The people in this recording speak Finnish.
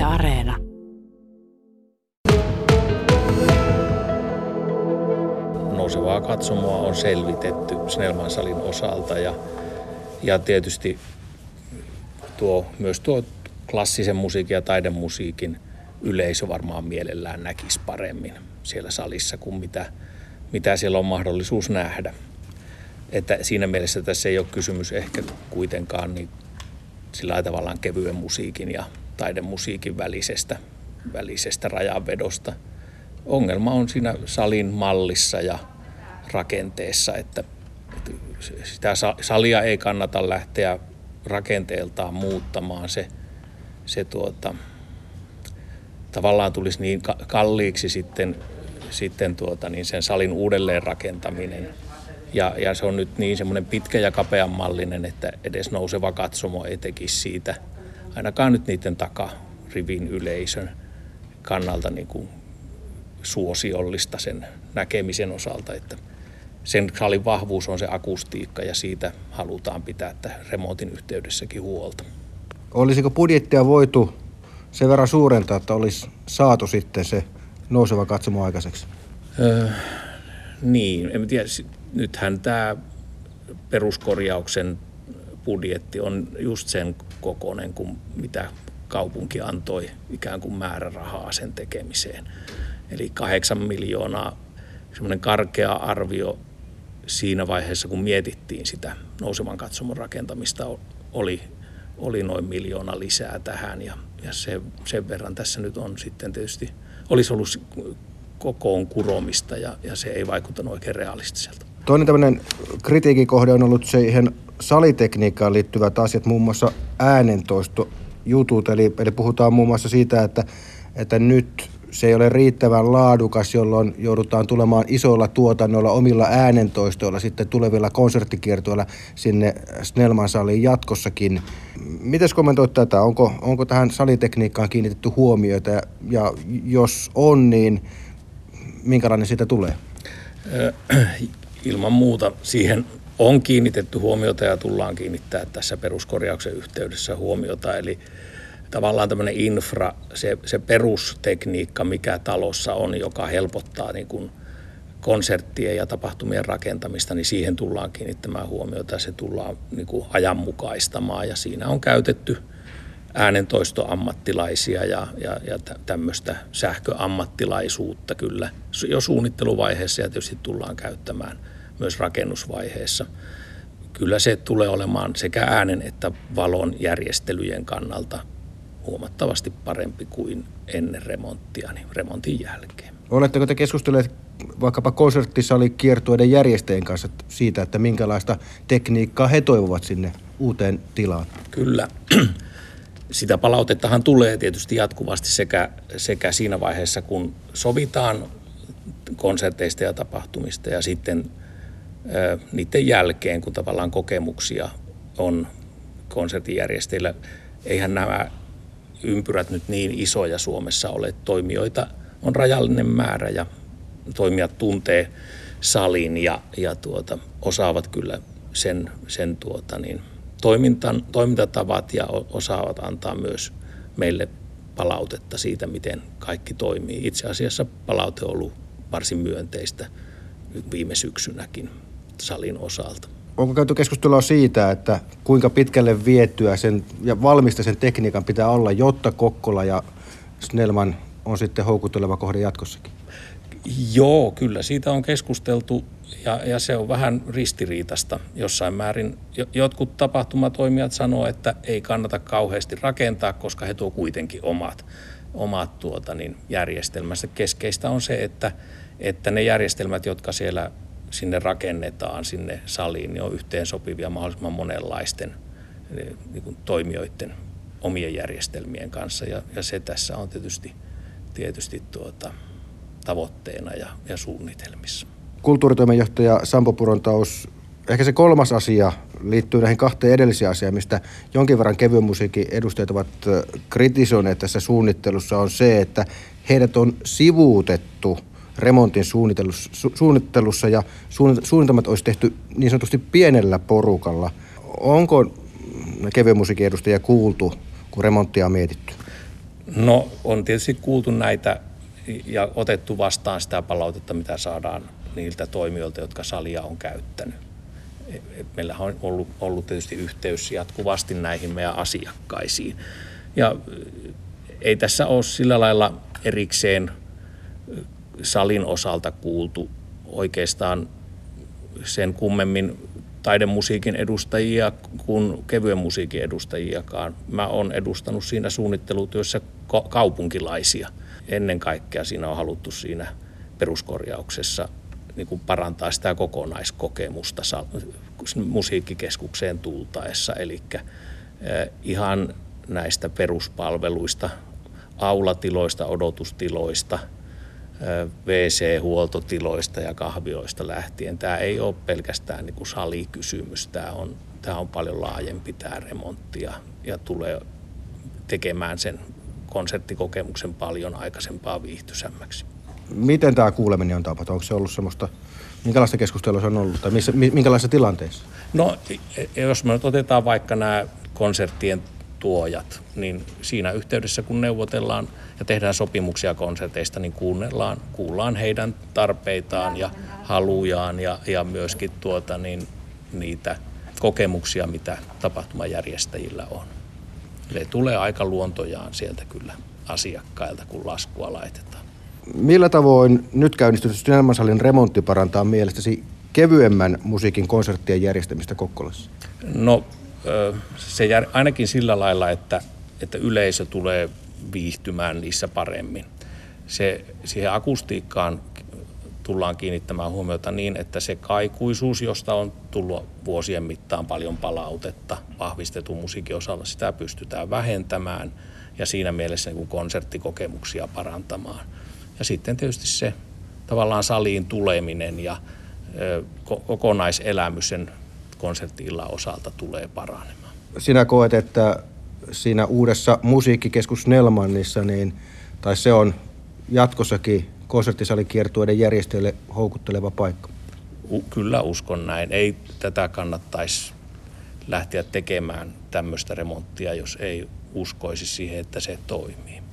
Areena. Nousevaa katsomoa on selvitetty Snellman salin osalta ja tietysti myös tuo klassisen musiikin ja taidemusiikin yleisö varmaan mielellään näkisi paremmin siellä salissa kuin mitä siellä on mahdollisuus nähdä. Että siinä mielessä tässä ei ole kysymys ehkä kuitenkaan niin sillä tavallaan kevyen musiikin ja taidemusiikin välisestä rajanvedosta. Ongelma on siinä salin mallissa ja rakenteessa, että sitä salia ei kannata lähteä rakenteeltaan muuttamaan. Se tavallaan tulisi niin kalliiksi sitten sen salin uudelleen rakentaminen. Ja se on nyt niin semmoinen pitkä ja kapean mallinen, että edes nouseva katsomo ei tekisi siitä, ainakaan nyt niiden takarivin yleisön kannalta niin kuin suosiollista sen näkemisen osalta, että sen salin vahvuus on se akustiikka ja siitä halutaan pitää remontin yhteydessäkin huolta. Olisiko budjettia voitu sen verran suurentaa, että olisi saatu sitten se nouseva katsomo aikaiseksi? Niin, en tiedä. Nythän tämä peruskorjauksen budjetti on just sen kokoinen kuin mitä kaupunki antoi ikään kuin määrärahaa sen tekemiseen. Eli 8 miljoonaa, semmoinen karkea arvio siinä vaiheessa, kun mietittiin sitä nousevan katsomon rakentamista, oli noin 1 miljoona lisää tähän. Ja sen verran tässä nyt on sitten tietysti, olisi ollut kokoon kuromista ja se ei vaikuttanut oikein realistiselta. Toinen tämmöinen kritiikin kohde on ollut siihen salitekniikkaan liittyvät asiat, muun muassa äänentoistojutut. Eli puhutaan muun muassa siitä, että nyt se ei ole riittävän laadukas, jolloin joudutaan tulemaan isoilla tuotannoilla, omilla äänentoistoilla, sitten tulevilla konserttikiertoilla sinne Snellman saliin jatkossakin. Miten kommentoit tätä? Onko tähän salitekniikkaan kiinnitetty huomioita ja jos on, niin minkälainen siitä tulee? Ilman muuta siihen on kiinnitetty huomiota ja tullaan kiinnittää tässä peruskorjauksen yhteydessä huomiota. Eli tavallaan tämmöinen infra, se perustekniikka, mikä talossa on, joka helpottaa niin kuin konserttien ja tapahtumien rakentamista, niin siihen tullaan kiinnittämään huomiota ja se tullaan niin kuin ajanmukaistamaan. Ja siinä on käytetty äänentoistoammattilaisia ja tämmöistä sähköammattilaisuutta kyllä jo suunnitteluvaiheessa ja tietysti tullaan käyttämään myös rakennusvaiheessa. Kyllä se tulee olemaan sekä äänen että valon järjestelyjen kannalta huomattavasti parempi kuin ennen remonttia, niin remontin jälkeen. Oletteko te keskustelleet vaikkapa konserttisalikiertueiden järjestäjien kanssa siitä, että minkälaista tekniikkaa he toivovat sinne uuteen tilaan? Kyllä. Sitä palautettahan tulee tietysti jatkuvasti sekä siinä vaiheessa, kun sovitaan konserteista ja tapahtumista ja sitten niiden jälkeen, kun tavallaan kokemuksia on konsertinjärjestäjillä. Eihän nämä ympyrät nyt niin isoja Suomessa ole. Toimijoita on rajallinen määrä ja toimijat tuntee salin ja osaavat kyllä sen toimintatavat ja osaavat antaa myös meille palautetta siitä, miten kaikki toimii. Itse asiassa palaute on ollut varsin myönteistä viime syksynäkin salin osalta. Onko käyty keskustelua siitä, että kuinka pitkälle vietyä sen ja valmista sen tekniikan pitää olla, jotta Kokkola ja Snellman on sitten houkutteleva kohde jatkossakin? Joo, kyllä siitä on keskusteltu ja se on vähän ristiriitasta jossain määrin. Jotkut tapahtumatoimijat sanoo, että ei kannata kauheasti rakentaa, koska he tuo kuitenkin omat järjestelmänsä. Keskeistä on se, että ne järjestelmät, jotka sinne rakennetaan, sinne saliin, niin on yhteensopivia mahdollisimman monenlaisten niin kuin toimijoiden omien järjestelmien kanssa. Ja se tässä on tietysti tavoitteena ja suunnitelmissa. Kulttuuritoimenjohtaja Sampo Purontaus, ehkä se kolmas asia liittyy näihin 2 edelliseen asiaan, mistä jonkin verran kevyen musiikin edustajat ovat kritisoineet tässä suunnittelussa, on se, että heidät on sivuutettu remontin suunnittelussa ja suunnitelmat olisi tehty niin sanotusti pienellä porukalla. Onko kevyen musiikin edustajia kuultu, kun remonttia on mietitty? No on tietysti kuultu näitä ja otettu vastaan sitä palautetta, mitä saadaan niiltä toimijoilta, jotka salia on käyttänyt. Meillähän on ollut tietysti yhteys jatkuvasti näihin meidän asiakkaisiin. Ja ei tässä ole sillä lailla erikseen salin osalta kuultu oikeastaan sen kummemmin taidemusiikin edustajia kuin kevyen musiikin edustajiakaan. Mä oon edustanut siinä suunnittelutyössä kaupunkilaisia. Ennen kaikkea siinä on haluttu siinä peruskorjauksessa niin kuin parantaa sitä kokonaiskokemusta musiikkikeskukseen tultaessa. Eli ihan näistä peruspalveluista, aulatiloista, odotustiloista, WC-huoltotiloista ja kahvioista lähtien. Tämä ei ole pelkästään niin kuin salikysymys. Tämä on paljon laajempi tämä remontti ja tulee tekemään sen konserttikokemuksen paljon aikaisempaa viihtyisämmäksi. Miten tämä kuuleminen on tapahtunut? Onko se ollut semmoista, minkälaista keskustelua se on ollut tai minkälaisissa tilanteissa? No, jos me nyt otetaan vaikka nämä konserttien tuojat, niin siinä yhteydessä kun neuvotellaan ja tehdään sopimuksia konserteista, niin kuullaan heidän tarpeitaan ja halujaan ja myöskin niitä kokemuksia, mitä tapahtumajärjestäjillä on. Ne tulee aika luontojaan sieltä kyllä asiakkailta, kun laskua laitetaan. Millä tavoin nyt käynnistynyt Snellmansalin remontti parantaa mielestäsi kevyemmän musiikin konserttien järjestämistä Kokkolassa? No ainakin sillä lailla, että yleisö tulee viihtymään niissä paremmin. Siihen akustiikkaan tullaan kiinnittämään huomiota niin, että se kaikuisuus, josta on tullut vuosien mittaan paljon palautetta vahvistetun musiikin osalla, sitä pystytään vähentämään ja siinä mielessä niin konserttikokemuksia parantamaan. Ja sitten tietysti se tavallaan saliin tuleminen ja kokonaiselämys sen konsertti-illan osalta tulee paranemaan. Sinä koet, että siinä uudessa musiikkikeskus Snellmanissa, tai se on jatkossakin konserttisalikiertueiden järjestäjille houkutteleva paikka? Kyllä uskon näin. Ei tätä kannattaisi lähteä tekemään tämmöistä remonttia, jos ei uskoisi siihen, että se toimii.